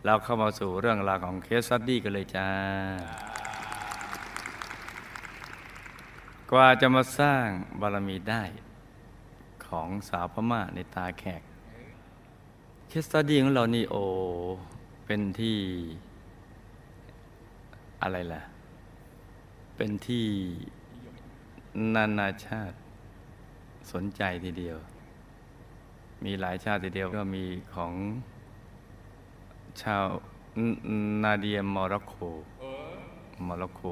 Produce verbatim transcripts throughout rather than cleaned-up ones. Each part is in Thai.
เราเข้ามาสู่เรื่องราวของเคสสตั๊ดดี้กันเลยจ้า กว่าจะมาสร้างบารมีได้ของสาวพม่าในตาแขกเคสสตั๊ดดี้ของเรานี่โอเป็นที่อะไรล่ะเป็นที่นานาชาติสนใจทีเดียวมีหลายชาติทีเดียวก็มีของชาวนาเดียโมร็อกโกโมร็อกโก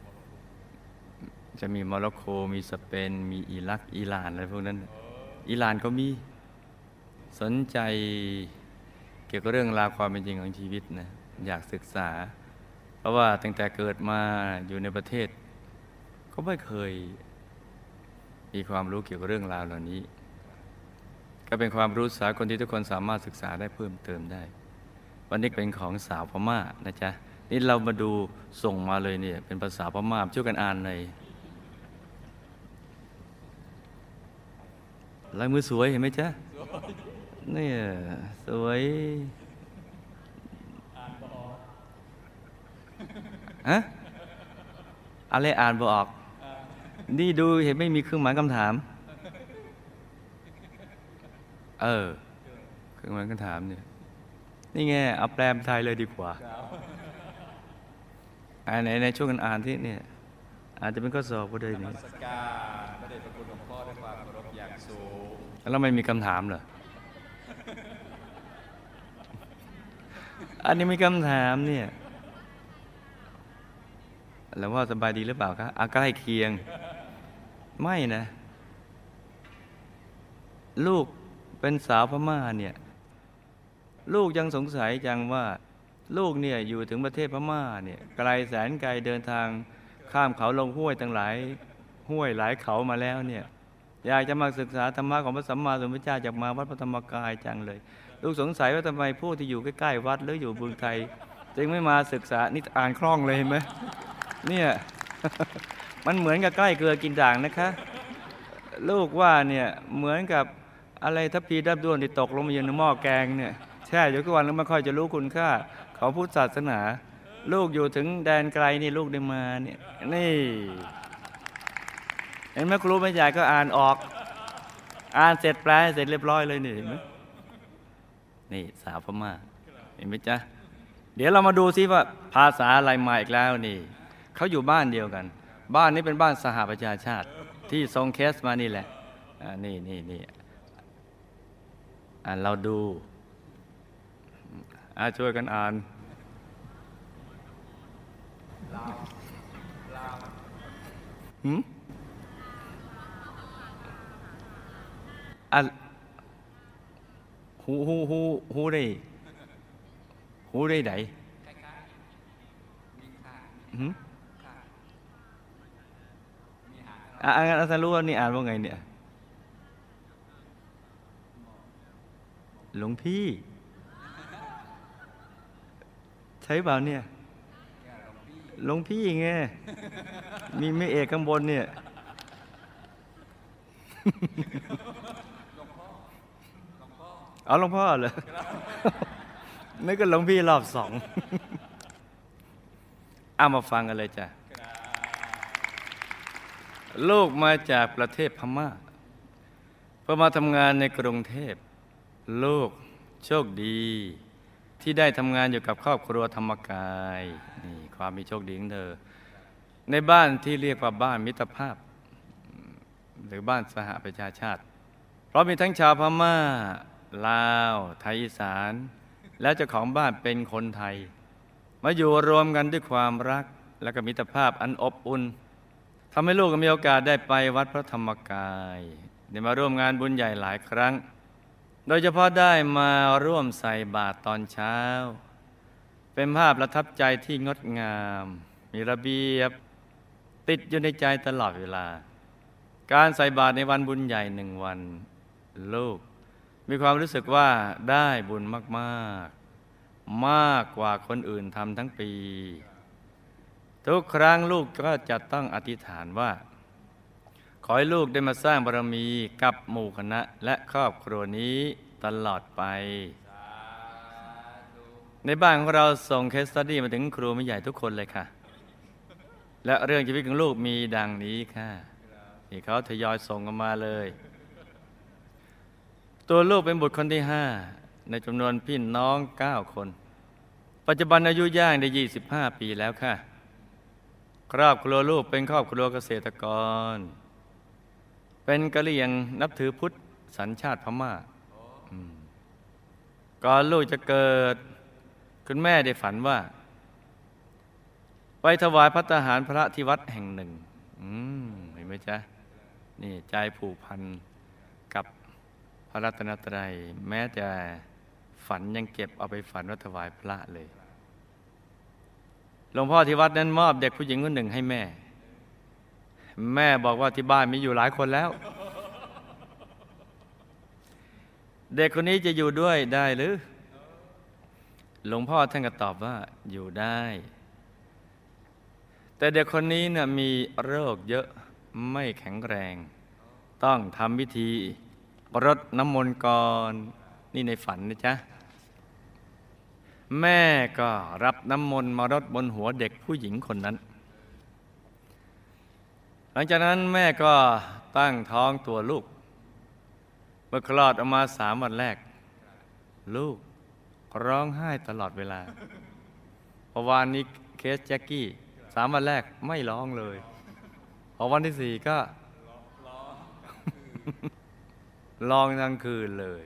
จะมีโมร็อกโกมีสเปนมีอิรักอิหร่านอะไรพวกนั้นอิหร่านก็มีสนใจเกี่ยวกับเรื่องราวความเป็นจริงของชีวิตนะอยากศึกษาเพราะว่าตั้งแต่เกิดมาอยู่ในประเทศก็ไม่เคยมีความรู้เกี่ยวกับเรื่องราวเหล่านี้ก็เป็นความรู้สากลที่ทุกคนสามารถศึกษาได้เพิ่มเติมได้วันนี้เป็นของสาวพม่านะจ๊ะนี่เรามาดูส่งมาเลยเนี่ยเป็นภาษาพม่าช่วยกันอ่านหน่อยลายมือสวยเห็นไหมจ๊ะนี่สวยฮะอะไรอ่านบ่ออกนี่ดูเห็นไม่มีเครื่องหมายคำถามเออเครื่องหมายคำถามเนี่ยนี่ไงเอาแปลเป็นไทยเลยดีกว่าอ่าไหนในช่วงกันอ่านที่เนี่ยอาจจะเป็นข้อสอบก็ได้นี่แล้วไม่มีคำถามเหรออันนี้มีคำถามเนี่ยแล้วว่าสบายดีหรือเปล่าครับอาใกล้เคียงไม่นะลูกเป็นสาวพม่าเนี่ยลูกยังสงสัยจังว่าลูกเนี่ยอยู่ถึงประเทศพม่าเนี่ยไกลแสนไกลเดินทางข้ามเขาลงห้วยตั้งหลายห้วยหลายเขามาแล้วเนี่ยอยากจะมาศึกษาธรรมะของพระสัมมาสัมพุทธเจ้าจากมาวัดพระธรรมกายจังเลยลูกสงสัยว่าทำไมพวกที่อยู่ใกล้ๆวัดหรืออยู่เมืองไทยจึงไม่มาศึกษานี่อ่านคล่องเลยเห็นไหมเนี่ย มันเหมือนกับใกล้เกลือกินด่างนะคะลูกว่าเนี่ยเหมือนกับอะไรทัพพีดับด้วนที่ตกลงมาอยู่ในหม้อแกงเนี่ยแช่อยู่ทุกวันแล้วไม่ค่อยจะรู้คุณค่าของพุทธศาสนาลูกอยู่ถึงแดนไกลนี่ลูกได้มาเนี่ยนี่เห็นไหมครูแม่ใหญ่ก็อ่านออกอ่านเสร็จแปลเสร็จเรียบร้อยเลยนี่เห็นไหมนี่สาวพม่าเห็นไหมจ๊ะเดี๋ยวเรามาดูซิว่าภาษาอะไรมาอีกแล้วนี่เขาอยู่บ้านเดียวกันบ้านนี้เป็นบ้านสหประชาชาติที่ส่งเคสมานี่แหละอ่านี่นี่นี่อ่านเราดูอ่าช่วยกันอ่านหืมอ่ะหูหูหูหูได้หูได้ไหนหืมอ่ะอาจารย์รู้ว่านี่อ่านว่าไงเนี่ยหลวงพี่ใช่เปล่าเนี่ยหลวงพี่ไงมีไม่เอกข้างบนเนี่ยเอาหลวงพ่อเหรอนึกว่าหลวงพี่รอบสองเอามาฟังกันเลยจ้ะลูกมาจากประเทศพม่าเพื่อมาทำงานในกรุงเทพลูกโชคดีที่ได้ทำงานอยู่กับครอบครัวธรรมกายนี่ความมีโชคดีของเธอในบ้านที่เรียกว่าบ้านมิตรภาพหรือบ้านสหประชาชาติเพราะมีทั้งชาวพม่าลาวไทยอีสานและเจ้าของบ้านเป็นคนไทยมาอยู่รวมกันด้วยความรักและก็มิตรภาพอันอบอุ่นทำให้ลูกมีโอกาสได้ไปวัดพระธรรมกายได้มาร่วมงานบุญใหญ่หลายครั้งโดยเฉพาะได้มาร่วมใส่บาตรตอนเช้าเป็นภาพประทับใจที่งดงามมีระเบียบติดอยู่ในใจตลอดเวลาการใส่บาตรในวันบุญใหญ่หนึ่งวันลูกมีความรู้สึกว่าได้บุญมากๆมากกว่าคนอื่นทำทั้งปีทุกครั้งลูกก็จะต้องอธิษฐานว่าขอให้ลูกได้มาสร้างบารมีกับหมู่คณะและครอบครัวนี้ตลอดไปในบ้านของเราส่งเคสสตัดดี้มาถึงครูไม่ใหญ่ทุกคนเลยค่ะและเรื่องชีวิตของลูกมีดังนี้ค่ะที่เขาทยอยส่งกันมาเลยตัวลูกเป็นบุตรคนที่ห้าในจำนวนพี่น้องเก้าคนปัจจุบันอายุย่างได้ยี่สิบห้าปีแล้วค่ะครอบครัวลูกเป็นครอบครัวเกษตรกรเป็นกะเหรี่ยงนับถือพุทธสัญชาติพม่าก่อนลูกจะเกิดคุณแม่ได้ฝันว่าไปถวายภัตตาหารพระที่วัดแห่งหนึ่งเห็นไหมจ๊ะนี่ใจผูกพันกับพระรัตนตรัยแม้แต่ฝันยังเก็บเอาไปฝันว่าถวายพระเลยหลวงพ่อที่วัดนั้นมอบเด็กผู้หญิงคนหนึ่งให้แม่แม่บอกว่าที่บ้านมีอยู่หลายคนแล้วเด็กคนนี้จะอยู่ด้วยได้หรือหลวงพ่อท่านก็ตอบว่าอยู่ได้แต่เด็กคนนี้เนี่ยมีโรคเยอะไม่แข็งแรงต้องทำพิธีรดน้ำมนต์ก่อนนี่ในฝันนะจ๊ะแม่ก็รับน้ำมนต์มารดบนหัวเด็กผู้หญิงคนนั้นหลังจากนั้นแม่ก็ตั้งท้องตัวลูกเมื่อคลอดออกมาสามวันแรกลูกร้องไห้ตลอดเวลาพอวันนี้เคสแจ็คกี้สามวันแรกไม่ร้องเลยพอวันที่สี่ก็ร้องทั้งคืนเลย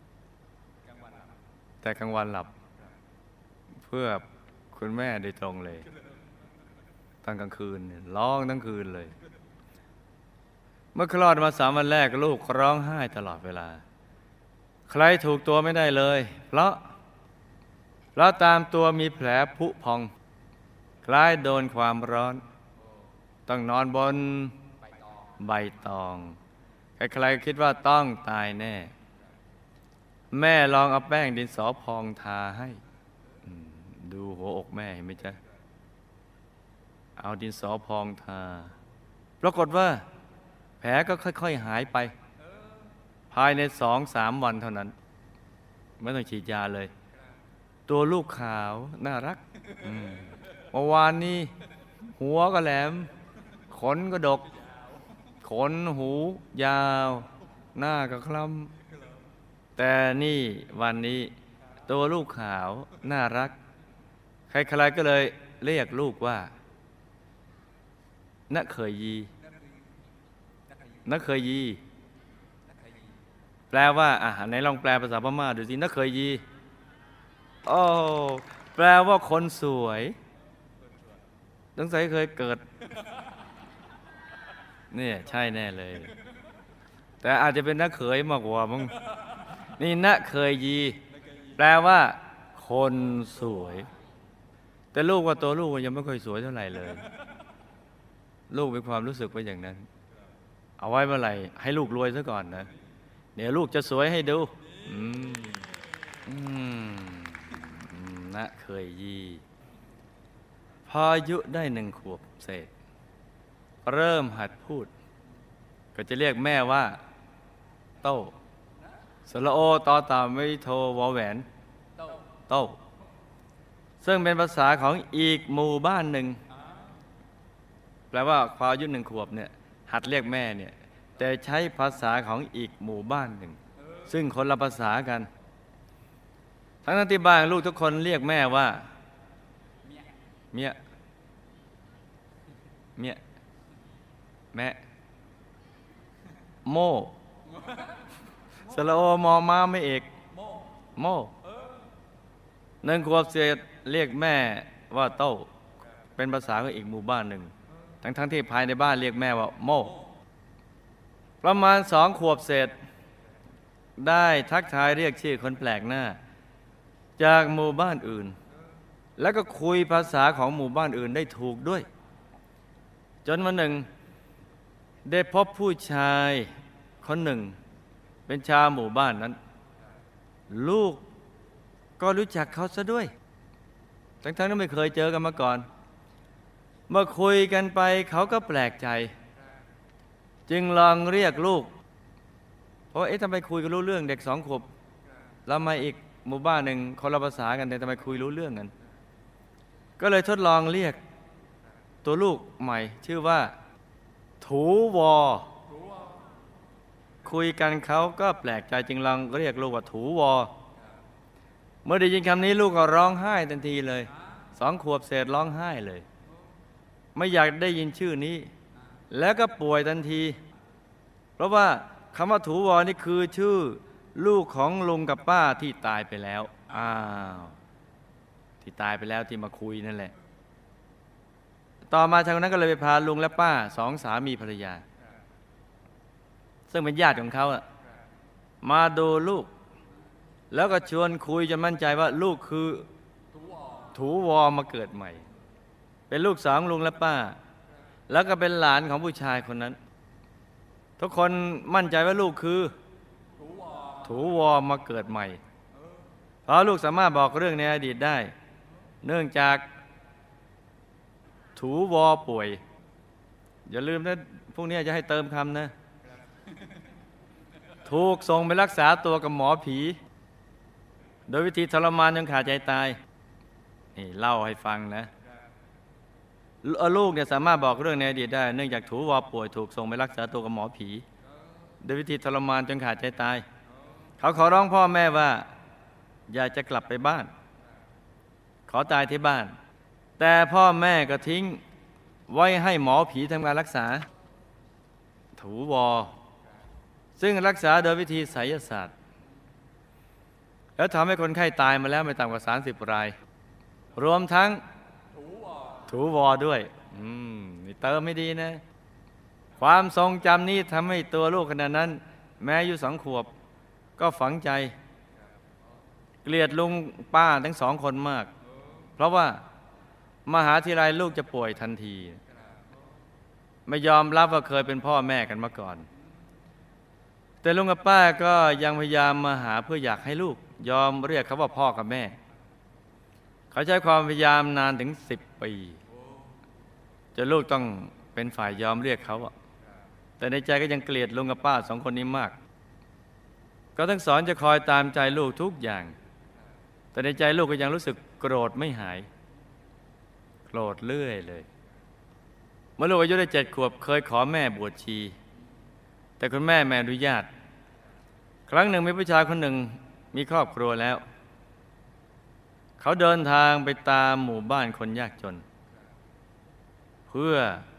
แต่กลางวันหลับเพื่อคุณแม่โดยตรงเลยตอนกลางคืนร้องทั้งคืนเลยเมื่อคลอดมาสามวันแรกลูกร้องไห้ตลอดเวลาใครถูกตัวไม่ได้เลยเพราะเพราะตามตัวมีแผลผุพองคล้ายโดนความร้อนต้องนอนบนใบตองใครๆคิดว่าต้องตายแน่แม่ลองเอาแป้งดินสอพองทาให้ดูหัวอกแม่เห็นไหมจ๊ะเอาดินสอพองทาปรากฏว่าแผลก็ค่อยๆหายไปภายในสองสามวันเท่านั้นไม่ต้องฉีดยาเลยตัวลูกขาวน่ารักเมื่อวานนี้หัวก็แหลมขนก็ดกขนหูยาวหน้าก็คล้ำแต่นี่วันนี้ตัวลูกขาวน่ารักใครๆก็เลยเรียกลูกว่าณเคยยีณเคยยีแปลว่าอ่ะไหนลองแปลภาษาพม่าดูสิณเคยยีโอ้แปลว่าคนสวยสงสัยเคยเกิดเนี่ยใช่แน่เลยแต่อาจจะเป็นณเขยมากกว่ามั้งนี่ณเคยยีแปลว่าคนสวยแต่ลูกว่าตัวลูกยังไม่ค่อยสวยเท่าไหร่เลยลูกมีความรู้สึกว่าอย่างนั้นเอาไว้เมื่อไหร่ให้ลูกรวยซะก่อนนะเดี๋ยวลูกจะสวยให้ดูอืมอืมณเคยยีพออายุได้หนึ่งขวบเศษเริ่มหัดพูดก็จะเรียกแม่ว่าโต้สระโอตอเต่าไม่โทวอแหวนโต้ซึ่งเป็นภาษาของอีกหมู่บ้านหนึ่งแปลว่าพออายุหนึ่งขวบเนี่ยหัดเรียกแม่เนี่ยแต่ใช้ภาษาของอีกหมู่บ้านหนึ่งซึ่งคนละภาษากันทั้งนั้นที่บ้านลูกทุกคนเรียกแม่ว่าเมียเมียแม่โมสระโอมอม้าไม่เอกโมหนึ่งขวบเศษเรียกแม่ว่าโต้เป็นภาษาของอีกหมู่บ้านหนึ่งทั้งทั้งที่ภายในบ้านเรียกแม่ว่าโมประมาณสองขวบเศษได้ทักทายเรียกชื่อคนแปลกหน้าจากหมู่บ้านอื่นแล้วก็คุยภาษาของหมู่บ้านอื่นได้ถูกด้วยจนวันหนึ่งได้พบผู้ชายคนหนึ่งเป็นชาวหมู่บ้านนั้นลูกก็รู้จักเขาซะด้วยทั้งๆที่ไม่เคยเจอกันมาก่อนเมื่อคุยกันไปเขาก็แปลกใจจึงลองเรียกลูกเพราะเอ๊ะทำไมคุยกันรู้เรื่องเด็กสองขวบแล้วมาอีกหมู่บ้านหนึ่งคนละภาษากันแต่ทำไมคุยรู้เรื่องกันก็เลยทดลองเรียกตัวลูกใหม่ชื่อว่าถูวอคุยกันเขาก็แปลกใจจึงลองเรียกลูกว่าถูวอเมื่อได้ยินคำนี้ลูกก็ร้องไห้ทันทีเลยสองขวบเศษร้องไห้เลยไม่อยากได้ยินชื่อนี้แล้วก็ป่วยทันทีเพราะว่าคำว่าถูวอนี่คือชื่อลูกของลุงกับป้าที่ตายไปแล้วอ้าวที่ตายไปแล้วที่มาคุยนั่นแหละต่อมาทางนั้นก็เลยไปพาลุงและป้าสองสามีภรรยาซึ่งเป็นญาติของเขาอะมาดูลูกแล้วก็ชวนคุยจนมั่นใจว่าลูกคือถูวอมาเกิดใหม่เป็นลูกสองลุงและป้าแล้วก็เป็นหลานของผู้ชายคนนั้นทุกคนมั่นใจว่าลูกคือถูวอมาเกิดใหม่เพราะลูกสามารถบอกเรื่องในอดีตได้เนื่องจากถูวอป่วยอย่าลืมนะพวกนี้จะให้เติมคำนะถูกส่งไปรักษาตัวกับหมอผีโดยวิธีทรมานจนขาดใจตายนี่เล่าให้ฟังนะลูกเนี่ยสามารถบอกเรื่องในอดีตได้เนื่องจากถูวอป่วยถูกส่งไปรักษาตัวกับหมอผีโดยวิธีทรมานจนขาดใจตายเขาขอร้องพ่อแม่ว่าอยากจะกลับไปบ้านขอตายที่บ้านแต่พ่อแม่ก็ทิ้งไว้ให้หมอผีทำการรักษาถูวอซึ่งรักษาโดยวิธีไสยศาสตร์แล้วทำให้คนไข้ตายมาแล้วไม่ต่ำกว่าสามสิบรายรวมทั้งถูวอด้วยอืมนี่เติมไม่ดีนะความทรงจำนี้ทำให้ตัวลูกขณะนั้นแม้อายุสองขวบก็ฝังใจเกลียดลุงป้าทั้งสองคนมากเพราะว่ามหาทีไรลูกจะป่วยทันทีไม่ยอมรับว่าเคยเป็นพ่อแม่กันมาก่อนแต่ลุงกับป้าก็ยังพยายามมาหาเพื่ออยากให้ลูกยอมเรียกเขาว่าพ่อกับแม่เขาใช้ความพยายามนานถึงสิบปีจนลูกต้องเป็นฝ่ายยอมเรียกเขาแต่ในใจก็ยังเกลียดลุงกับป้าสองคนนี้มากก็ทั้งสอนจะคอยตามใจลูกทุกอย่างแต่ในใจลูกก็ยังรู้สึกโกรธไม่หายโกรธเรื่อยเลยเมื่อลูกอายุได้เจ็ดขวบเคยขอแม่บวชชีแต่คุณแม่ไม่อนุญาตครั้งหนึ่งมีผู้ชายคนหนึ่งมีครอบครัวแล้วเขาเดินทางไปตามหมู่บ้านคนยากจนเพื่อ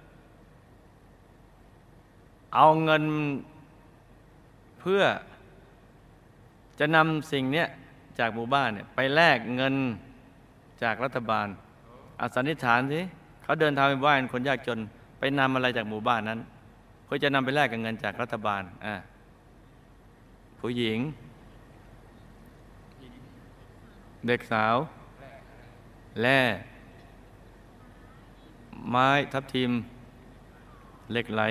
เอาเงินเพื่อจะนำสิ่งนี้จากหมู่บ้านเนี่ยไปแลกเงินจากรัฐบาลอสันนิษฐานสิเขาเดินทางไปบ้านคนยากจนไปนำอะไรจากหมู่บ้านนั้นเพื่อจะนำไปแลกกับเงินจากรัฐบาลอ่ะผู้หญิงเด็กสาวแร่ไม้ทับทิมเหล็กไหล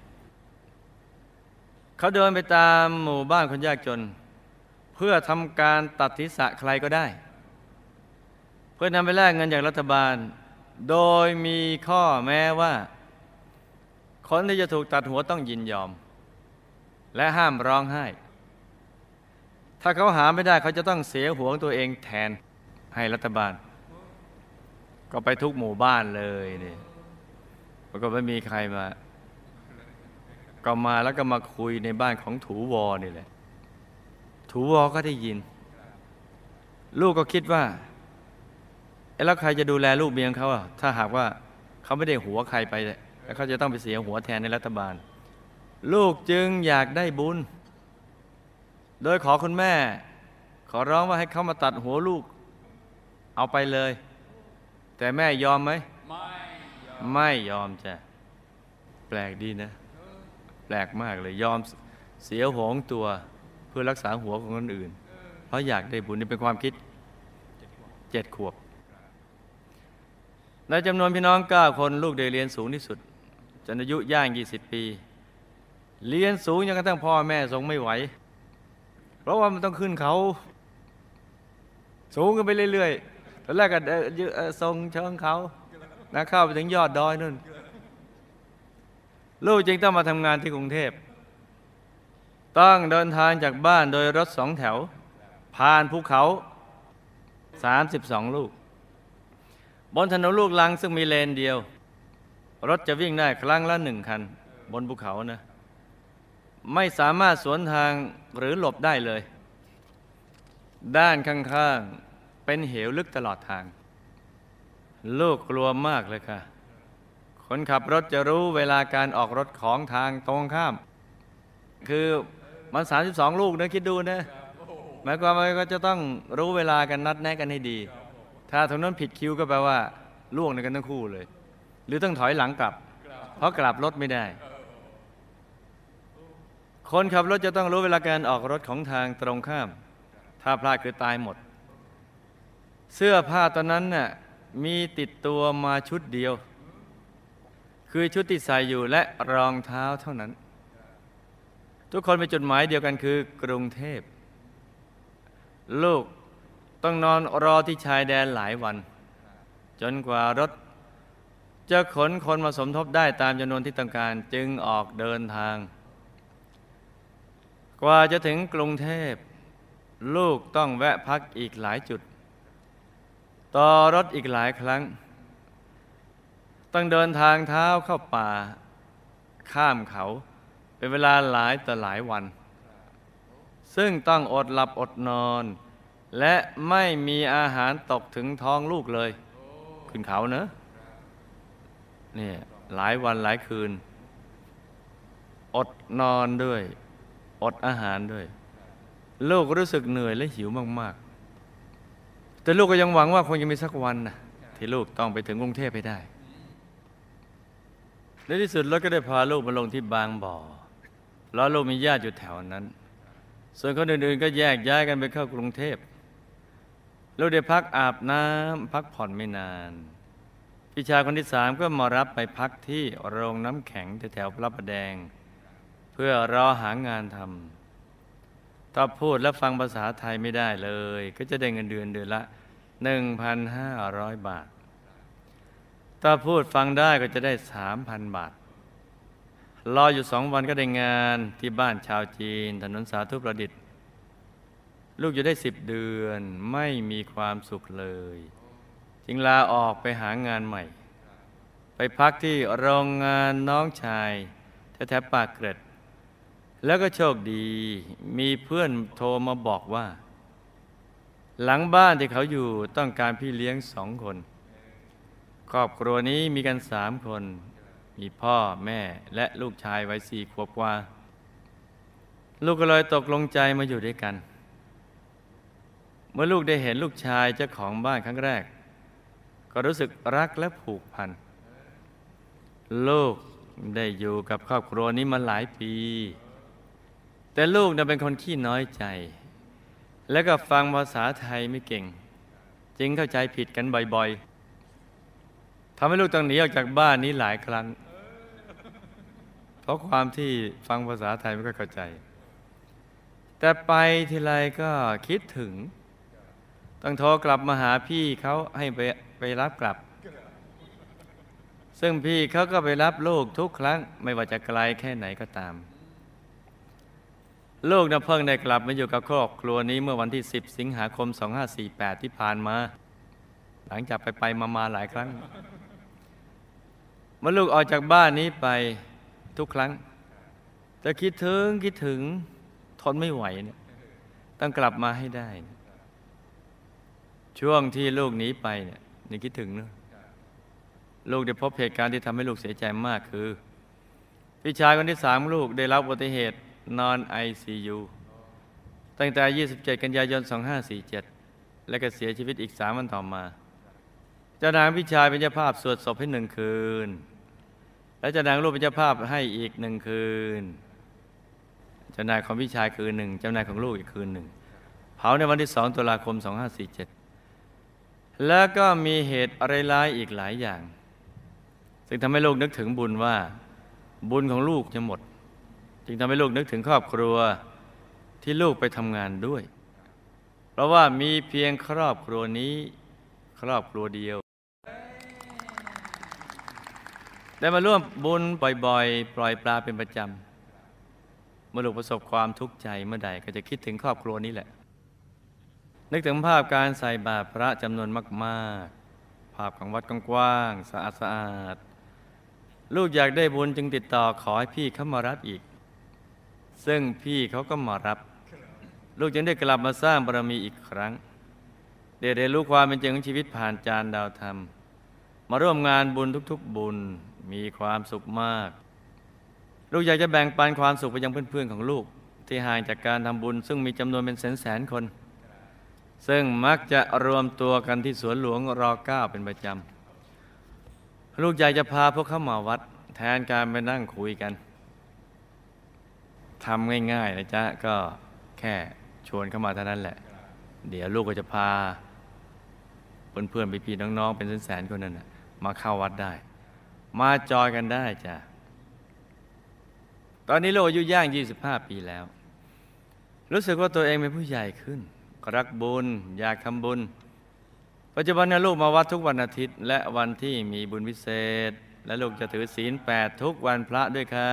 เขาเดินไปตามหมู่บ้านคนยากจนเพื่อทำการตัดศีรษะใครก็ได้เพื่อนำไปแลกเงินจากรัฐบาลโดยมีข้อแม้ว่าคนที่จะถูกตัดหัวต้องยินยอมและห้ามร้องไห้ถ้าเขาหาไม่ได้เขาจะต้องเสียหัวของตัวเองแทนให้รัฐบาลก็ไปทุกหมู่บ้านเลยนี่แล้วก็ไม่มีใครมาก็มาแล้วก็มาคุยในบ้านของถูวอนี่แหละถูวอก็ได้ยินลูกก็คิดว่าแล้วใครจะดูแลลูกเมียของเขาอะถ้าหากว่าเขาไม่ได้หัวใครไปแล้วเขาจะต้องไปเสียหัวแทนในรัฐบาลลูกจึงอยากได้บุญโดยขอคุณแม่ขอร้องว่าให้เขามาตัดหัวลูกเอาไปเลยแต่แม่ยอมไหมไม่ไม่ยอมจ้ะแปลกดีนะแปลกมากเลยยอมเสียหัวของตัวเพื่อรักษาหัวของคนอื่นเพราะอยากได้บุญนี่เป็นความคิดเจ็ดขวบในจำนวนพี่น้องเก้าคนลูกได้เรียนสูงที่สุดจนอายุย่างยี่สิบปีเรียนสูงจนกระทั่งพ่อแม่ทรงไม่ไหวเพราะว่ามันต้องขึ้นเขาสูงกันไปเรื่อยๆตอนแรกก็ทรงเชิงเขานะเข้าไปถึงยอดดอยนู่นลูกจึงต้องมาทำงานที่กรุงเทพต้องเดินทางจากบ้านโดยรถสองแถวผ่านภูเขาสามสิบสองลูกบนถนนลูกรังซึ่งมีเลนเดียวรถจะวิ่งได้ครั้งละหนึ่งคันบนภูเขานะไม่สามารถสวนทางหรือหลบได้เลยด้านข้างๆเป็นเหวลึกตลอดทางลูกกลัวมากเลยค่ะคนขับรถจะรู้เวลาการออกรถของทางตรงข้ามคือมันสามสิบสองลูกนะคิดดูนะหมายความว่าก็จะต้องรู้เวลากันนัดแนะกันให้ดีถ้าตรงนั้นผิดคิวก็แปลว่าล่วงในกันทั้งคู่เลยหรือต้องถอยหลังกลับเพราะกลับรถไม่ได้คนขับรถจะต้องรู้เวลาการออกรถของทางตรงข้ามถ้าพลาดคือตายหมดเสื้อผ้าตอนนั้นน่ะมีติดตัวมาชุดเดียวคือชุดที่ใส่อยู่และรองเท้าเท่านั้นทุกคนมีจุดหมายเดียวกันคือกรุงเทพลูกต้องนอนรอที่ชายแดนหลายวันจนกว่ารถจะขนคนมาสมทบได้ตามจำนวนที่ต้องการจึงออกเดินทางกว่าจะถึงกรุงเทพลูกต้องแวะพักอีกหลายจุดต่อรถอีกหลายครั้งต้องเดินทางเท้าเข้าป่าข้ามเขาเป็นเวลาหลายต่อหลายวันซึ่งต้องอดหลับอดนอนและไม่มีอาหารตกถึงท้องลูกเลยขึ้นเขาเนอะเนี่ยหลายวันหลายคืนอดนอนด้วยอดอาหารด้วยลูกรู้สึกเหนื่อยและหิวมากๆแต่ลูกก็ยังหวังว่าคงจะมีสักวันนะที่ลูกต้องไปถึงกรุงเทพให้ได้ในที่สุดรถก็ได้พาลูกมาลงที่บางบ่อแล้วลูกมีญาติอยู่แถวนั้นส่วนคนอื่นๆก็แยกย้ายกันไปเข้ากรุงเทพลูกได้พักอาบน้ำพักผ่อนไม่นานพี่ชายคนที่สามก็มารับไปพักที่โรงน้ำแข็งแถวพระประแดงเพื่อรอหางานทำถ้าพูดและฟังภาษาไทยไม่ได้เลยก็จะได้เงินเดือนเดือนละ หนึ่งพันห้าร้อย บาทถ้าพูดฟังได้ก็จะได้ สามพัน บาทรออยู่สองวันก็ได้งานที่บ้านชาวจีนถนนสาธุประดิษฐ์ลูกอยู่ได้สิบเดือนไม่มีความสุขเลยจึงลาออกไปหางานใหม่ไปพักที่โรงงานน้องชายแถวๆปากเกร็ดแล้วก็โชคดีมีเพื่อนโทรมาบอกว่าหลังบ้านที่เขาอยู่ต้องการพี่เลี้ยงสองคนครอบครัวนี้มีกันสามคนมีพ่อแม่และลูกชายวัยสี่ขวบกว่าลูกก็เลยตกลงใจมาอยู่ด้วยกันเมื่อลูกได้เห็นลูกชายเจ้าของบ้านครั้งแรกก็รู้สึกรักและผูกพันลูกได้อยู่กับครอบครัวนี้มาหลายปีแต่ลูกน่ะเป็นคนขี้น้อยใจแล้วก็ฟังภาษาไทยไม่เก่งจึงเข้าใจผิดกันบ่อยๆทำให้ลูกต้องหนีออกจากบ้านนี้หลายครั้งเพราะความที่ฟังภาษาไทยไม่ค่อยเข้าใจแต่ไปทีไรก็คิดถึงต้องโทรกลับมาหาพี่เขาให้ไปไปรับกลับซึ่งพี่เขาก็ไปรับลูกทุกครั้งไม่ว่าจะไกลแค่ไหนก็ตามลูกน่ะเพิ่งได้กลับมาอยู่กับครอบครัวนี้เมื่อวันที่สิบสิงหาคมสองพันห้าร้อยสี่สิบแปดที่ผ่านมาหลังจากไปไปมาๆหลายครั้งเมื่อลูกออกจากบ้านนี้ไปทุกครั้งแต่คิดถึงคิดถึงทนไม่ไหวเนี่ยต้องกลับมาให้ได้ช่วงที่ลูกหนีไปเนี่ยนี่คิดถึงเนอะลูกได้พบเหตุการณ์ที่ทำให้ลูกเสียใจมากคือพี่ชายคนที่สามลูกได้รับอุบัติเหตุนอน ไอ ซี ยู ตั้งแต่ยี่สิบเจ็ดกันยายนสองพันห้าร้อยสี่สิบเจ็ดและก็เสียชีวิตอีกสามวันต่อมาเจ้านางพี่ชายเป็นเจ้าภาพสวดศพให้หนึ่งคืนและเจ้านางลูกเป็นเจ้าภาพให้อีกหนึ่งคืนเจ้านายของพี่ชายคืนหนึ่งเจ้านายของลูกอีกคืนหนึ่งเผาในวันที่สองตุลาคมสองพันห้าร้อยสี่สิบเจ็ดแล้วก็มีเหตุอะไรร้ายอีกหลายอย่างซึ่งทำให้ลูกนึกถึงบุญว่าบุญของลูกจะหมดจึงทำให้ลูกนึกถึงครอบครัวที่ลูกไปทำงานด้วยเพราะว่ามีเพียงครอบครัวนี้ครอบครัวเดียวได้มาร่วมบุญบ่อยๆปล่อยปลาเป็นประจำเมื่อลูกประสบความทุกข์ใจเมื่อใดก็จะคิดถึงครอบครัวนี้แหละนึกถึงภาพการใส่บาตรพระจำนวนมากๆภาพของวัดกว้างๆสะอาดสะอาดลูกอยากได้บุญจึงติดต่อขอให้พี่เขามารับอีกซึ่งพี่เขาก็มารับลูกจึงได้กลับมาสร้างบารมีอีกครั้งได้เรียนรู้ความเป็นจริงของชีวิตผ่านจานดาวธรรมมาร่วมงานบุญทุกๆบุญมีความสุขมากลูกอยากจะแบ่งปันความสุขไปยังเพื่อนๆของลูกที่ห่างจากการทำบุญซึ่งมีจำนวนเป็นแสนๆคนซึ่งมักจะรวมตัวกันที่สวนหลวงรอเก้าเป็นประจำลูกอยากจะพาพวกเขามาวัดแทนการไปนั่งคุยกันทำง่ายๆนะจ๊ะก็แค่ชวนเข้ามาเท่านั้นแหละเดี๋ยวลูกก็จะพาเพื่อนๆพี่ๆน้องๆเป็นแสนๆคนนั้นนะมาเข้าวัดได้มาจอยกันได้จ้ะตอนนี้ลูกอายุย่างยี่สิบห้าปีแล้วรู้สึกว่าตัวเองเป็นผู้ใหญ่ขึ้นรักบุญอยากทำบุญปัจจุบันนี้ลูกมาวัดทุกวันอาทิตย์และวันที่มีบุญพิเศษและลูกจะถือศีลแปดทุกวันพระด้วยค่ะ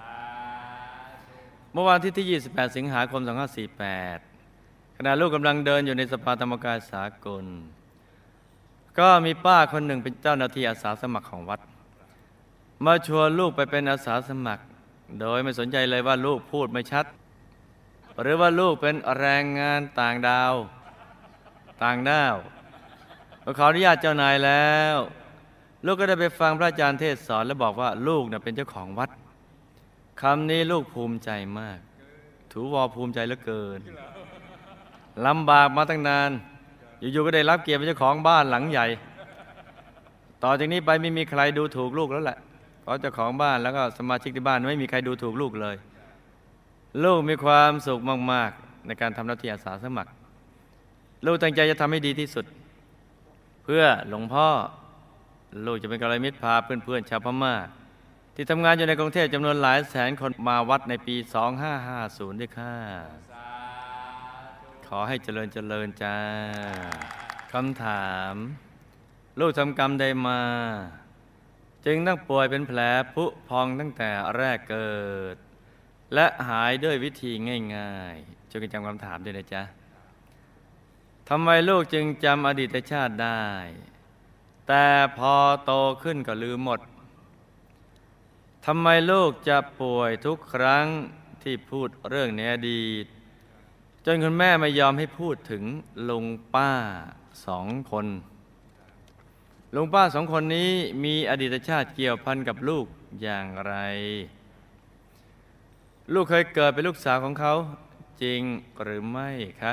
เมื่อวันที่ที่ยี่สิบแปดสิงหาคมสองพันห้าร้อยสี่สิบแปดขณะลูกกำลังเดินอยู่ในสภาธรรมกายสากลก็มีป้าคนหนึ่งเป็นเจ้าหน้าที่อาสาสมัครของวัดมาชวนลูกไปเป็นอาสาสมัครโดยไม่สนใจเลยว่าลูกพูดไม่ชัดหรือว่าลูกเป็นแรงงานต่างดาวต่างด้าวขออนุญาตเจ้านายแล้วลูกก็ได้ไปฟังพระอาจารย์เทศสอนและบอกว่าลูกเป็นเจ้าของวัดคำนี้ลูกภูมิใจมากถูวอภูมิใจเหลือเกินลำบากมาตั้งนานอยู่ๆก็ได้รับเกียรติเป็นเจ้าของบ้านหลังใหญ่ต่อจากนี้ไปไม่มีใครดูถูกลูกแล้วแหละเพราะเจ้าของบ้านแล้วก็สมาชิกที่บ้านไม่มีใครดูถูกลูกเลยลูกมีความสุขมากๆในการทำหน้าที่อาสาสมัครลูกตั้งใจจะทำให้ดีที่สุดเพื่อหลวงพ่อลูกจะเป็นกัลยาณมิตรพาเพื่อนๆชาวพม่าที่ทำงานอยู่ในกรุงเทพจำนวนหลายแสนคนมาวัดในปีสองพันห้าร้อยห้าสิบด้วยค่ะขอให้เจริญเจริญจ้าคำถามลูกทำกรรมใดมาจึงต้องป่วยเป็นแผลผุพองตั้งแต่แรกเกิดและหายด้วยวิธีง่ายๆช่วยกันจำคำถามด้วยนะจ๊ะทำไมลูกจึงจำอดีตชาติได้แต่พอโตขึ้นก็ลืมหมดทำไมลูกจะป่วยทุกครั้งที่พูดเรื่องในอดีตจนคุณแม่ไม่ยอมให้พูดถึงลุงป้าสองคนลุงป้าสองคนนี้มีอดีตชาติเกี่ยวพันกับลูกอย่างไรลูกเคยเกิดเป็นลูกสาวของเขาจริงหรือไม่คะ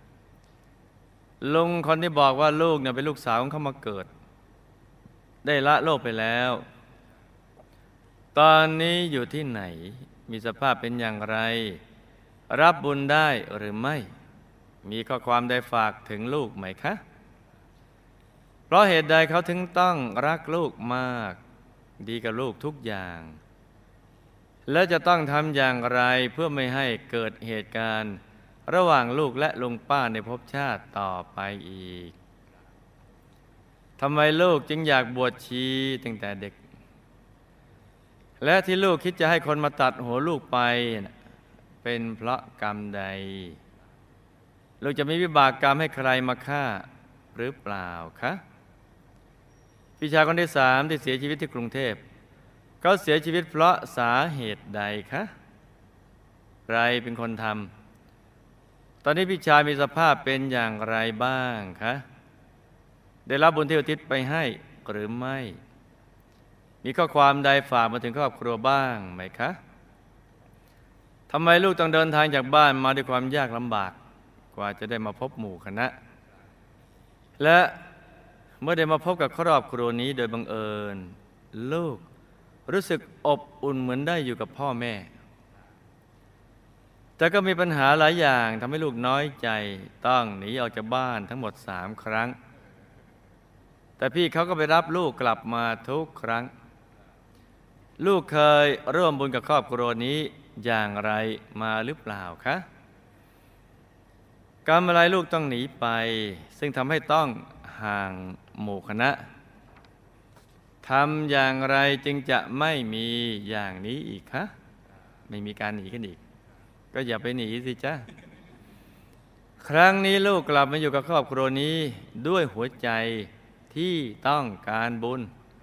ลุงคนที่บอกว่าลูกเนี่ยเป็นลูกสาวของเขามาเกิดได้ละโลกไปแล้วตอนนี้อยู่ที่ไหนมีสภาพเป็นอย่างไรรับบุญได้หรือไม่มีข้อความใดฝากถึงลูกไหมคะเพราะเหตุใดเขาถึงต้องรักลูกมากดีกับลูกทุกอย่างและจะต้องทำอย่างไรเพื่อไม่ให้เกิดเหตุการณ์ระหว่างลูกและลุงป้าในภพชาติต่อไปอีกทำไมลูกจึงอยากบวชชีตั้งแต่เด็กและที่ลูกคิดจะให้คนมาตัดหัวลูกไปเป็นเพราะกรรมใดลูกจะมีวิบากกรรมให้ใครมาฆ่าหรือเปล่าคะพี่ชายคนที่สามที่เสียชีวิตที่กรุงเทพเขาเสียชีวิตเพราะสาเหตุใดคะใครเป็นคนทำตอนนี้พี่ชายมีสภาพเป็นอย่างไรบ้างคะได้รับบุญที่อุทิศไปให้หรือไม่มีข้อความใดฝากมาถึงครอบครัวบ้างไหมคะทำไมลูกต้องเดินทางจากบ้านมาด้วยความยากลำบากกว่าจะได้มาพบหมู่คณะและเมื่อได้มาพบกับครอบครัวนี้โดยบังเอิญลูกรู้สึกอบอุ่นเหมือนได้อยู่กับพ่อแม่แต่ก็มีปัญหาหลายอย่างทำให้ลูกน้อยใจต้องหนีออกจากบ้านทั้งหมดสามครั้งแต่พี่เขาก็ไปรับลูกกลับมาทุกครั้งลูกเคยร่วมบุญกับครอบครัวนี้อย่างไรมาหรือเปล่าคะกรรมอะไรลูกต้องหนีไปซึ่งทำให้ต้องห่างหมู่คณะทำอย่างไรจึงจะไม่มีอย่างนี้อีกคะไม่มีการหนีกันอีกก็อย่าไปหนีสิจ๊ะครั้งนี้ลูกกลับมาอยู่กับครอบครัวนี้ด้วยหัวใจที่ต้องการบุญ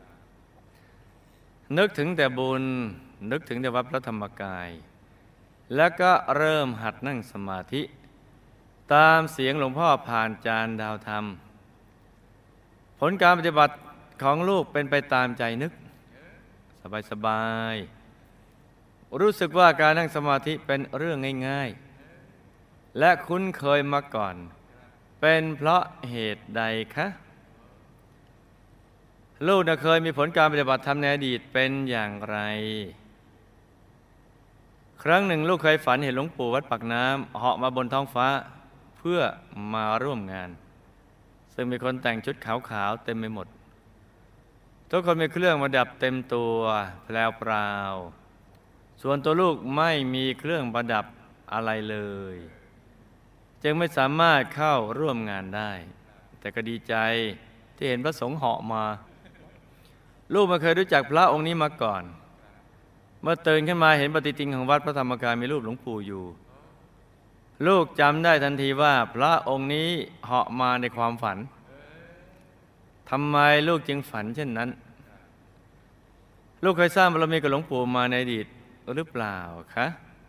นึกถึงแต่บุญนึกถึงแต่วัดพระธรรมกายแล้วก็เริ่มหัดนั่งสมาธิตามเสียงหลวงพ่อผ่านจานดาวธรรมผลการปฏิบัติของลูกเป็นไปตามใจนึกสบายๆรู้สึกว่าการนั่งสมาธิเป็นเรื่องง่ายๆและคุ้นเคยมาก่อนเป็นเพราะเหตุใดคะลูกน่ะเคยมีผลการปฏิบัติธรรมในอดีตเป็นอย่างไรครั้งหนึ่งลูกเคยฝันเห็นหลวงปู่วัดปากน้ำเหาะมาบนท้องฟ้าเพื่อมาร่วมงานซึ่งมีคนแต่งชุดขาวๆเต็มไปหมดทุกคนมีเครื่องประดับเต็มตัวแพรวพราวส่วนตัวลูกไม่มีเครื่องประดับอะไรเลยจึงไม่สามารถเข้าร่วมงานได้แต่ก็ดีใจที่เห็นพระสงฆ์เหาะมาลูกไม่เคยรู้จักพระองค์นี้มาก่อนเมื่อตื่นขึ้นมาเห็นปฏิทินของวัดพระธรรมกายมีรูปหลวงปู่อยู่ลูกจำได้ทันทีว่าพระองค์นี้เหาะมาในความฝันทำไมลูกจึงฝันเช่นนั้นลูกเคยสร้างบารมีกับหลวงปู่มาในอดีตหรือเปล่าคะ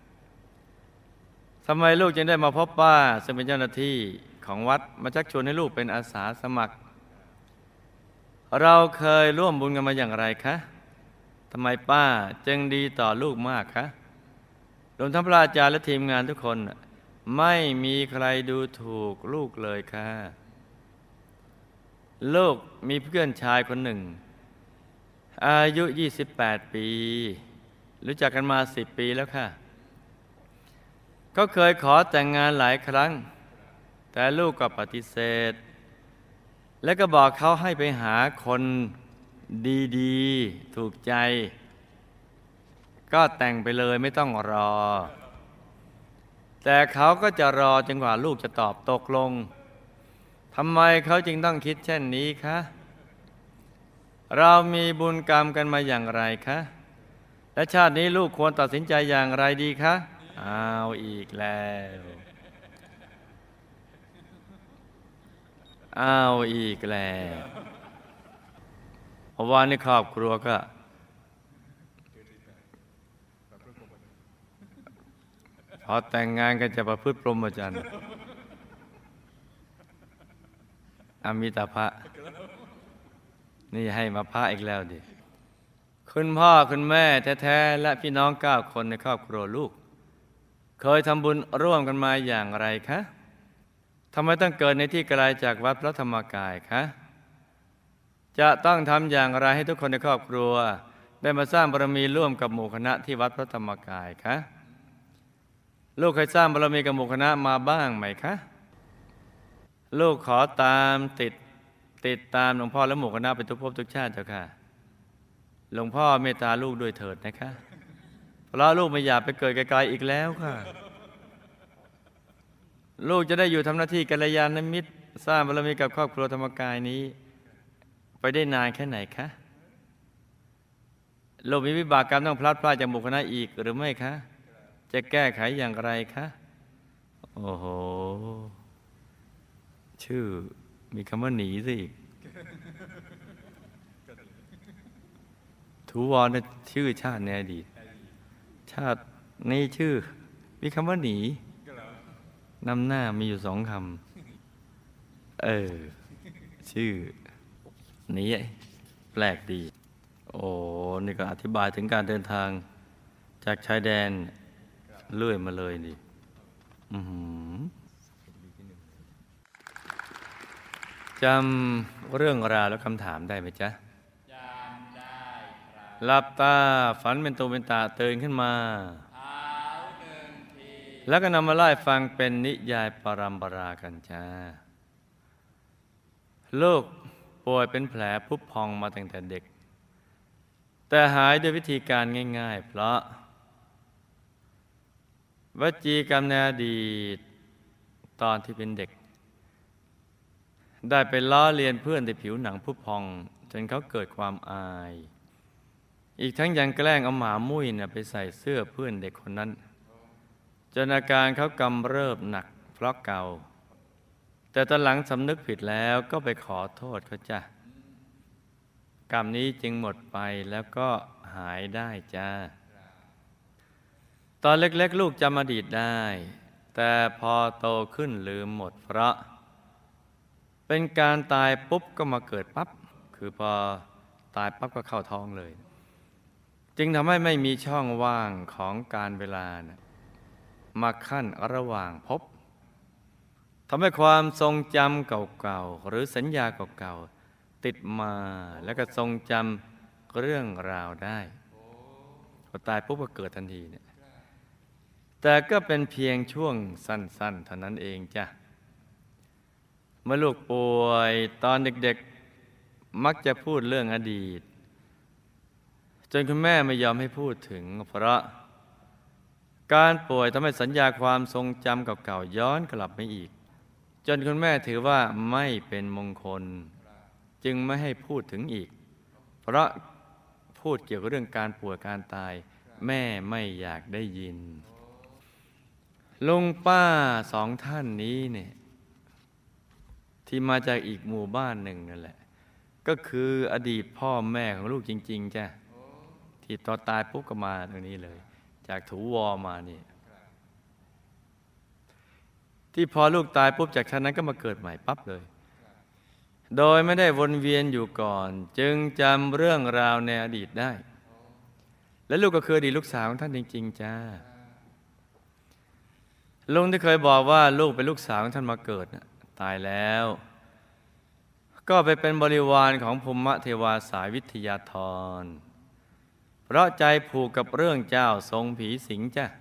ทำไมลูกจึงได้มาพบป้าซึ่งเป็นเจ้าหน้าที่ของวัดมาชักชวนให้ลูกเป็นอาสาสมัครเราเคยร่วมบุญกันมาอย่างไรคะทำไมป้าจึงดีต่อลูกมากคะรวมทั้งพระอาจารย์และทีมงานทุกคนไม่มีใครดูถูกลูกเลยค่ะลูกมีเพื่อนชายคนหนึ่งอายุยี่สิบแปดปีรู้จักกันมาสิบปีแล้วค่ะเขาเคยขอแต่งงานหลายครั้งแต่ลูกก็ปฏิเสธและก็บอกเขาให้ไปหาคนดีๆถูกใจก็แต่งไปเลยไม่ต้องรอแต่เขาก็จะรอจนกว่าลูกจะตอบตกลงทำไมเขาจึงต้องคิดเช่นนี้คะเรามีบุญกรรมกันมาอย่างไรคะและชาตินี้ลูกควรตัดสินใจอย่างไรดีคะอ้าวอีกแล้วอ้าวอีกแล้วเพราะว่าในครอบครัวก็พอแต่งงานกันจะประพฤติพรหมจรรย์อมิตาภะนี่ให้มาพระอีกแล้วดิคุณพ่อคุณแม่แท้ๆและพี่น้องเก้าคนในครอบครัวลูกเคยทำบุญร่วมกันมาอย่างไรคะทำไมต้องเกิดในที่ไกลจากวัดพระธรรมกายคะจะต้องทำอย่างไรให้ทุกคนในครอบครัวได้มาสร้างบารมีร่วมกับหมู่คณะที่วัดพระธรรมกายคะลูกเคยสร้างบารมีกับหมู่คณะมาบ้างไหมคะลูกขอตามติดติดตามหลวงพ่อและหมู่คณะไปทุกภพทุกชาติเจ้าค่ะหลวงพ่อเมตตาลูกด้วยเถิดนะคะเพราะลูกไม่อยากไปเกิดไกลๆอีกแล้วค่ะลูกจะได้อยู่ทำหน้าที่กัลยาณมิตรสร้างบารมีกับครอบครัวธรรมกายนี้ไปได้นานแค่ไหนคะลูกมีวิบากกรรมต้องพลัดพรากจากหมู่คณะอีกหรือไม่คะจะแก้ไขอย่างไรคะโอ้โหชื่อมีคำว่าหนีสิอีกทูวรนะชื่อชาติในอดีตชาตินี้ชื่อมีคำว่าหนีนำหน้ามีอยู่สองคำเออชื่อหนีแปลกดีโอ้นี่ก็อธิบายถึงการเดินทางจากชายแดนเลื่อยมาเลยดิอือหือจำเรื่องราวและคำถามได้ไหมจ๊ะจำได้ครับหลับตาฝันเป็นตัวเป็นตาตื่นขึ้นมาแล้วก็นำมาไล่ฟังเป็นนิยายปรัมปรากันจ้าลูกป่วยเป็นแผลพุพองมาตั้งแต่เด็กแต่หายด้วยวิธีการง่ายๆเพราะวจีกรรมในอดีตตอนที่เป็นเด็กได้ไปล้อเลียนเพื่อนที่ผิวหนังพุพองจนเขาเกิดความอายอีกทั้งยังแกล้งเอาหมามุ้ยเนี่ยไปใส่เสื้อเพื่อนเด็กคนนั้นจนอาการเขากำเริบหนักเพราะเกาแต่ตอนหลังสำนึกผิดแล้วก็ไปขอโทษเขาจ้ะกรรมนี้จึงหมดไปแล้วก็หายได้จ้าตอนเล็กๆลูกจำอดีตได้แต่พอโตขึ้นลืมหมดเพราะเป็นการตายปุ๊บก็มาเกิดปั๊บคือพอตายปั๊บก็เข้าท้องเลยจึงทำให้ไม่มีช่องว่างของการเวลานะมาขั้นระหว่างภพทำให้ความทรงจำเก่าๆหรือสัญญาเก่าๆติดมาแล้วก็ทรงจำเรื่องราวได้พอตายปุ๊บก็เกิดทันทีเนี่ยแต่ก็เป็นเพียงช่วงสั้นๆเท่านั้นเองจ้ะเมื่อลูกป่วยตอนเด็กๆมักจะพูดเรื่องอดีตจนคุณแม่ไม่ยอมให้พูดถึงเพราะการป่วยทำให้สัญญาความทรงจำเก่าๆย้อนกลับมาอีกจนคุณแม่ถือว่าไม่เป็นมงคลจึงไม่ให้พูดถึงอีกเพราะพูดเกี่ยวกับเรื่องการป่วยการตายแม่ไม่อยากได้ยินลุงป้าสองท่านนี้เนี่ยที่มาจากอีกหมู่บ้านหนึ่งนั่นแหละก็คืออดีตพ่อแม่ของลูกจริงๆจ้ะที่ตอนตายปุ๊บก็มาตรงนี้เลยจากถูวอมานี่ที่พอลูกตายปุ๊บจากชั้นนั้นก็มาเกิดใหม่ปั๊บเลยโดยไม่ได้วนเวียนอยู่ก่อนจึงจำเรื่องราวในอดีตได้และลูกก็คืออดีตลูกสาวของท่านจริงๆจ้าลุงที่เคยบอกว่าลูกเป็นลูกสาวของท่านมาเกิดนะตายแล้วก็ไปเป็นบริวารของภูมิเทวาสายวิทยาธรเพราะใจผูกกับเรื่องเจ้าทรงผีสิงจ้ะ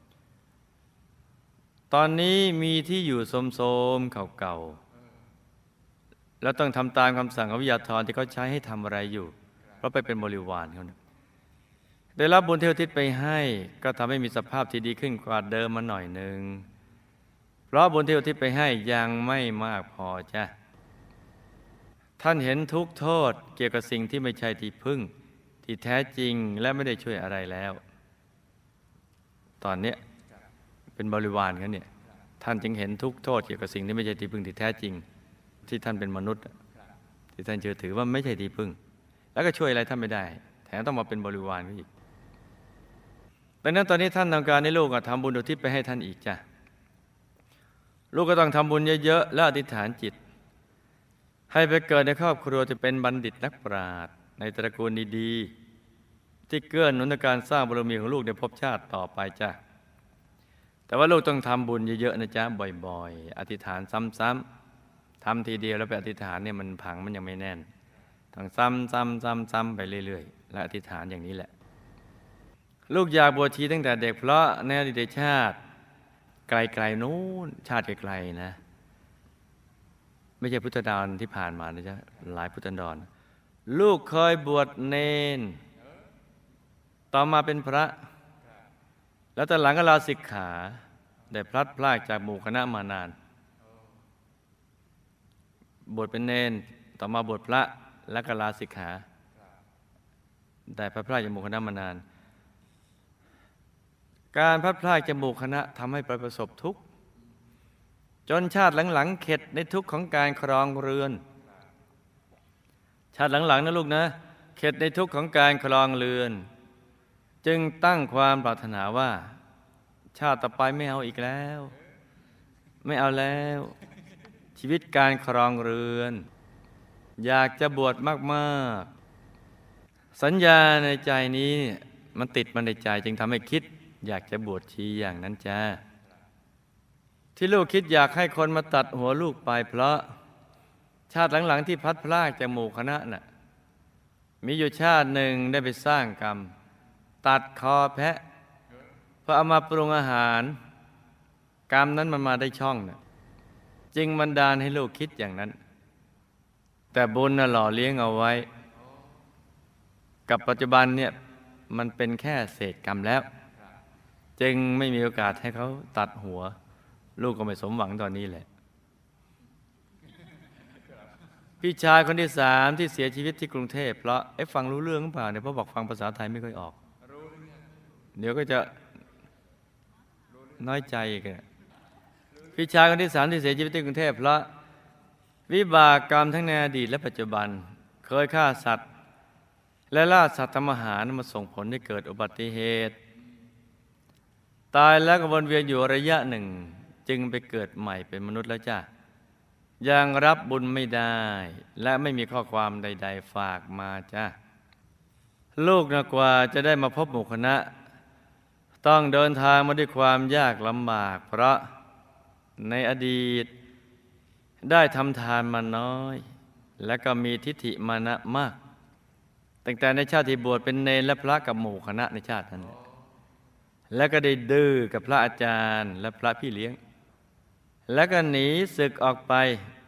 ตอนนี้มีที่อยู่โสมๆเก่าๆแล้วต้องทำตามคำสั่งของวิทยาธรที่เขาใช้ให้ทำอะไรอยู่เพราะไปเป็นบริวารเขานะได้รับบุญเทวทิศไปให้ก็ทำให้มีสภาพที่ดีขึ้นกว่าเดิมมาหน่อยหนึ่งเพราะบุญเทวทิศไปให้ยังไม่มากพอจ้ะท่านเห็นทุกโทษเกี่ยวกับสิ่งที่ไม่ใช่ที่พึ่งที่แท้จริงและไม่ได้ช่วยอะไรแล้วตอนนี้เป็นบริวารกันเนี่ยท่านจึงเห็นทุกโทษเกี่ยวกับสิ่งที่ไม่ใช่ที่พึ่งที่แท้จริงที่ท่านเป็นมนุษย์ที่ท่านเชื่อถือว่าไม่ใช่ที่พึ่งแล้วก็ช่วยอะไรท่านไม่ได้แถมต้องมาเป็นบริวารก็อีกดังนั้นตอนนี้ท่านต้องการให้ลูกทำบุญอุทิศไปให้ท่านอีกจ้ะลูกก็ต้องทำบุญเยอะๆและอธิษฐานจิตให้ไปเกิดในครอบครัวจะเป็นบัณฑิตนักปราชญ์ในตระกูลดีๆที่เกื้อหนุนในการสร้างบารมีของลูกในภพชาติต่อไปจ้ะแต่ว่าลูกต้องทำบุญเยอะๆนะจ๊ะบ่อยๆอธิษฐานซ้ำๆทำทีเดียวแล้วไปอธิษฐานเนี่ยมันผังมันยังไม่แน่นต้องซ้ำๆๆๆไปเรื่อยๆและอธิษฐานอย่างนี้แหละลูกอยากบวชชีตั้งแต่เด็กเพราะในอดีตชาติไกลๆนู้นชาติไกลๆนะไม่ใช่พุทธดาลที่ผ่านมานะจ๊ะหลายพุทธดาลลูกเคยบวชเนนต่อมาเป็นพระแล้วตอนหลังก็ลาสิกขาได้พลัดพรากจากหมู่คณะมานานบวชเป็นเนนต่อมาบวชพระแล้วก็ลาสิกขาได้พลัดพรากจากหมู่คณะมานานการพลัดพรากจากหมู่คณะทำให้ประสบทุกข์จนชาติหลังๆเข็ดในทุกข์ของการครองเรือนชาติหลังๆนะลูกนะเข็ดในทุกข์ของการครองเรือนจึงตั้งความปรารถนาว่าชาติต่อไปไม่เอาอีกแล้วไม่เอาแล้วชีวิตการครองเรือนอยากจะบวชมากๆสัญญาในใจนี้มันติดมาในใจจึงทำให้คิดอยากจะบวชชีอย่างนั้นจ้าที่ลูกคิดอยากให้คนมาตัดหัวลูกไปเพราะชาติหลังๆที่พัดพลากจากหมู่คณะน่ะมีอยู่ชาติหนึ่งได้ไปสร้างกรรมตัดคอแพะเพื่อเอามาปรุงอาหารกรรมนั้นมันมาได้ช่องน่ะจึงบันดาลให้ลูกคิดอย่างนั้นแต่บุญน่ะหล่อเลี้ยงเอาไว้กับปัจจุบันเนี่ยมันเป็นแค่เศษกรรมแล้วจึงไม่มีโอกาสให้เขาตัดหัวลูกก็ไม่สมหวังตอนนี้แหละพี่ชายคนที่สามที่เสียชีวิตที่กรุงเทพเพราะไอ้ฟังรู้เรื่องหรือเปล่าเนี่ยเพราะบอกฟังภาษาไทยไม่ค่อยออกเดี๋ยวก็จะน้อยใจกันพี่ชายคนที่สามที่เสียชีวิตที่กรุงเทพเพราะวิบากกรรมทั้งในอดีตและปัจจุบันเคยฆ่าสัตว์และล่าสัตว์ทำอาหารมาส่งผลให้เกิดอุบัติเหตุตายแล้วก็วนเวียนอยู่ระยะหนึ่งจึงไปเกิดใหม่เป็นมนุษย์แล้วจ้ะยังรับบุญไม่ได้และไม่มีข้อความใดๆฝากมาจ้ะลูกนะกว่าจะได้มาพบหมู่คณะต้องเดินทางมาด้วยความยากลำบากเพราะในอดีตได้ทำทานมาน้อยและก็มีทิฏฐิมานะมากตั้งแต่ในชาติที่บวชเป็นเณรและพระกับหมู่คณะในชาตินั้นแล้วก็ได้ดื้อกับพระอาจารย์และพระพี่เลี้ยงแล้วก็หนีศึกออกไป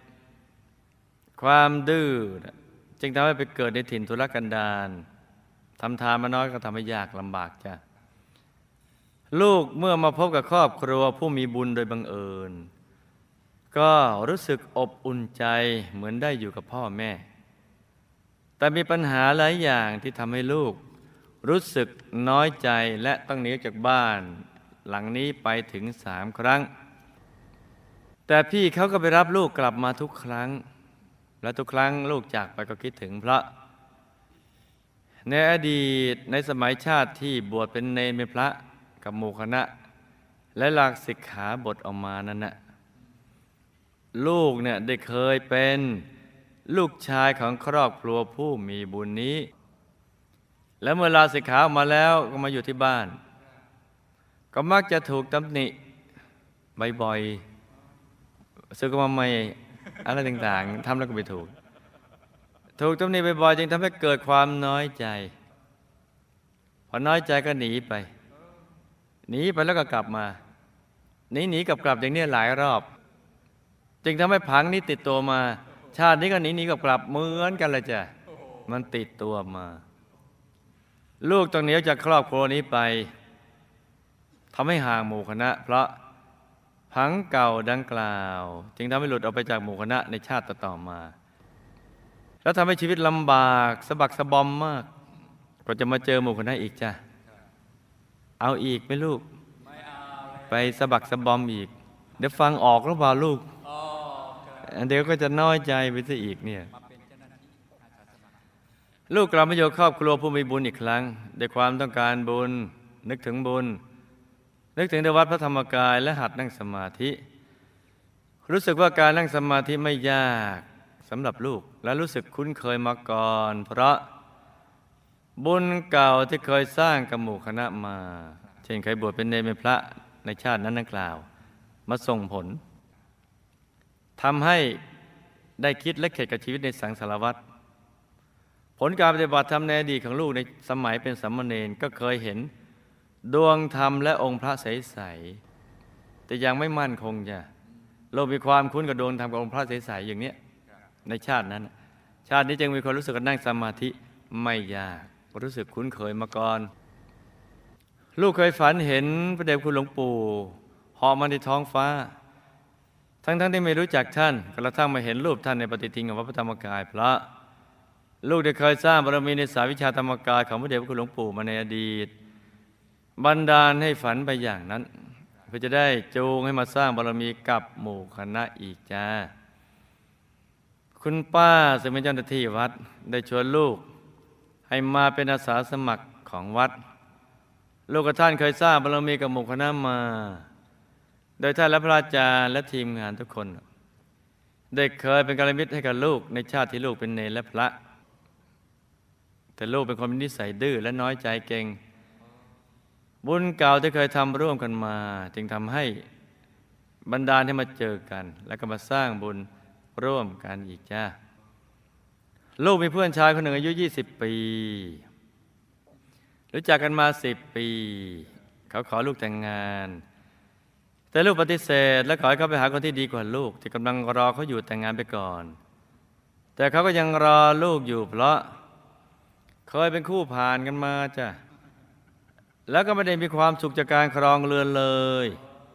ความดื้อจึงทำให้ไปเกิดในถิ่นทุรกันดารทำทานมาน้อยก็ทำให้ยากลำบากจ้ะลูกเมื่อมาพบกับครอบครัวผู้มีบุญโดยบังเอิญก็รู้สึกอบอุ่นใจเหมือนได้อยู่กับพ่อแม่แต่มีปัญหาหลายอย่างที่ทำให้ลูกรู้สึกน้อยใจและต้องหนีจากบ้านหลังนี้ไปถึงสามครั้งแต่พี่เขาก็ไปรับลูกกลับมาทุกครั้งและทุกครั้งลูกจากไปก็คิดถึงเพราะในอดีตในสมัยชาติที่บวชเป็นเณรเป็นพระกับหมู่คณะและหลักสิกขาบทออกมานั้นนะลูกเนี่ยได้เคยเป็นลูกชายของครอบครัวผู้มีบุญนี้แล้วเมื่อลาสิกขาออกมาแล้วก็มาอยู่ที่บ้านก็มักจะถูกตำหนิบ่อยๆซึ่งก็มาไม่อะไรต่างๆทำแล้วก็ไม่ถูกถูกตำหนิบ่อยๆจึงทำให้เกิดความน้อยใจพอน้อยใจก็หนีไปหนีไปแล้วก็กลับมาหนีหนีกลับกลับอย่างนี้หลายรอบจึงทำให้ผังนี้ติดตัวมาชาตินี้ก็หนีหนีกลับกลับเหมือนกันเลยจ้ะมันติดตัวมาลูกต้องหนีจากครอบครัวนี้ไปทำให้ห่างหมู่คณะเพราะผังเก่าดังกล่าวจึงทำให้หลุดออกไปจากหมู่คณะในชาติต่อๆมาแล้วทำให้ชีวิตลำบากสะบักสะบอมมากก็จะมาเจอหมู่คณะอีกจ้ะเอาอีกไหมลูกไปสะบักสะบอมอีกเดี๋ยวฟังออกหรือเปล่าลูกเดี๋ยวก็จะน้อยใจไปซะอีกเนี่ยลูกกลับมาอยู่ครอบครัวผู้มีบุญอีกครั้งด้วยความต้องการบุญนึกถึงบุญนึกถึงวัดพระธรรมกายและหัดนั่งสมาธิรู้สึกว่าการนั่งสมาธิไม่ยากสำหรับลูกและรู้สึกคุ้นเคยมาก่อนเพราะบุญเก่าที่เคยสร้างกับหมู่คณะมาเช่นเคยบวชเป็นเณรเป็นพระในชาตินั้นนั่งกล่าวมาส่งผลทำให้ได้คิดและเข็ดกับชีวิตในสังสารวัฏผลการปฏิบัติธรรมในอดีตของลูกในสมัยเป็นสามเณรก็เคยเห็นดวงธรรมและองค์พระใสๆแต่ยังไม่มั่นคงจ้ะเรามีความคุ้นกับดวงธรรมกับองค์พระใสๆอย่างนี้ในชาตินั้นชาตินี้จึงมีความรู้สึกนั่งสมาธิไม่ยากรู้สึกคุ้นเคยมาก่อนลูกเคยฝันเห็นพระเดชคุณหลวงปู่เหาะมาในท้องฟ้าทั้งๆ ท, ที่ไม่รู้จักท่านกระทั่งมาเห็นรูปท่านในปฏิทินของวัดพระธรรมกายพระลูกได้เคยสร้างบารมีในสายวิชาธรรมกายของพระเดชพระคุณหลวงปู่มาในอดีตบันดาลให้ฝันไปอย่างนั้นเพื่อจะได้จูงให้มาสร้างบารมีกับหมู่คณะอีกจ้าคุณป้าซึ่งเป็นเจ้าหน้าที่วัดได้ชวนลูกให้มาเป็นอาสาสมัครของวัดลูกกับท่านเคยสร้างบารมีกับหมู่คณะมาโดยท่านและพระอาจารย์และทีมงานทุกคนได้เคยเป็นกัลยาณมิตรให้กับลูกในชาติที่ลูกเป็นเณรและพระแต่ลูกเป็นคนมีนิสัยดื้อและน้อยใจเก่งบุญเก่าที่เคยทำร่วมกันมาจึงทำให้บันดาลให้มาเจอกันและก็มาสร้างบุญร่วมกันอีกจ้าลูกมีเพื่อนชายคนหนึ่งอายุยี่สิบปีรู้จักกันมาสิบปีเขาขอลูกแต่งงานแต่ลูกปฏิเสธและขอให้เขาไปหาคนที่ดีกว่าลูกที่กำลังรอเขาอยู่แต่งงานไปก่อนแต่เขาก็ยังรอลูกอยู่เพราะเคยเป็นคู่ผ่านกันมาจ้ะแล้วก็ไม่ได้มีความสุขจากการครองเรือนเลย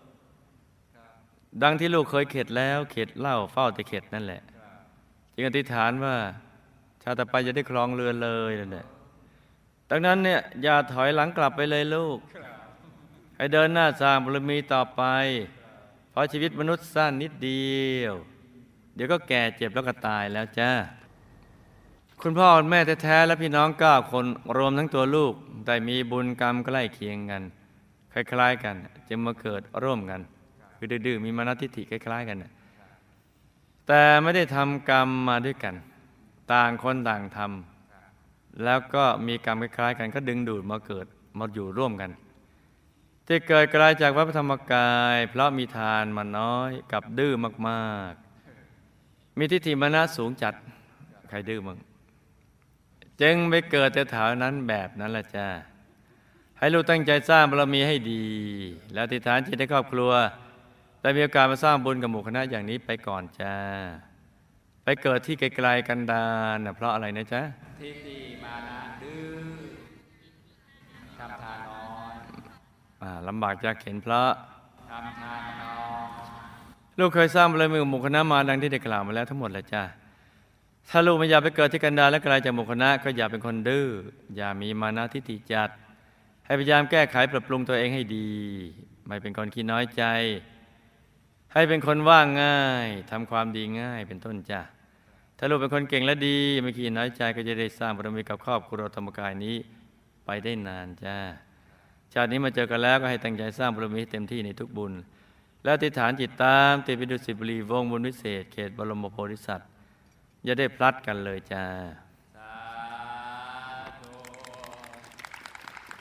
ดังที่ลูกเคยเข็ดแล้วเข็ดเล่าเฝ้าแต่เข็ดนั่นแหละจึงอธิษฐานว่าชาติต่อไปจะได้ครองเรือนเลยนั่นแหละดังนั้นเนี่ยอย่าถอยหลังกลับไปเลยลูกให้เดินหน้าสร้างบารมีต่อไปเพราะชีวิตมนุษย์สั้นนิดเดียวเดี๋ยวก็แก่เจ็บแล้วก็ตายแล้วจ้าคุณพ่อคุณแม่แท้ๆและพี่น้องเก้าคนรวมทั้งตัวลูกได้มีบุญกรรมใกล้เคียงกันคล้ายๆกันจึงมาเกิดร่วมกันคือดื้อๆมีมานะทิฏฐิคล้ายๆกันแต่ไม่ได้ทำกรรมมาด้วยกันต่างคนต่างทำแล้วก็มีกรรมคล้ายๆกันก็ดึงดูดมาเกิดมาอยู่ร่วมกันที่เกิดไกลจากวัดพระธรรมกายเพราะมีทานมาน้อยกับดื้อมากๆมีทิฏฐิมานะสูงจัดใครดื้อมั้งจึงไปเกิดแต่แถวนั้นแบบนั้นละจ้าให้ลูกตั้งใจสร้างบารมีให้ดีแล้วอธิษฐานจิตให้ครอบครัวได้มีโอกาสมาสร้างบุญกับหมู่คณะอย่างนี้ไปก่อนจ้าไปเกิดที่ไกลๆกันดารนะเพราะอะไรนะจ๊ะทิฏฐิมานะดื้อทำทานน้อยอ่าลำบากจะเข็นเพราะทำทานน้อยลูกเคยสร้างบารมีกับหมู่คณะมาดังที่ได้กล่าวมาแล้วทั้งหมดแหละจ้าถ้าลูกไม่อยากไปเกิดที่กันดารและไกลจากหมู่คณะก็อย่าเป็นคนดื้ออย่ามีมานะทิฏฐิจัดให้พยายามแก้ไขปรับปรุงตัวเองให้ดีไม่เป็นคนขี้น้อยใจให้เป็นคนว่าง่ายทำความดีง่ายเป็นต้นจ้ะถ้าลูกเป็นคนเก่งและดีไม่ขี้น้อยใจก็จะได้สร้างบารมีกับครอบครัวธรรมกายนี้ไปได้นานจ้าชาตินี้มาเจอกันแล้วก็ให้ตั้งใจสร้างบารมีให้เต็มที่ในทุกบุญและอธิษฐานจิตตามติดไปดุสิตบุรีวงบุญวิเศษเขตบรมโพธิสัตว์อย่าได้พลัดกันเลยจ้า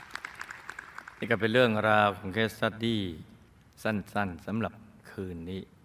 นี่ก็เป็นเรื่องราวของเคสสตัดดี้สั้นๆสำหรับคืนนี้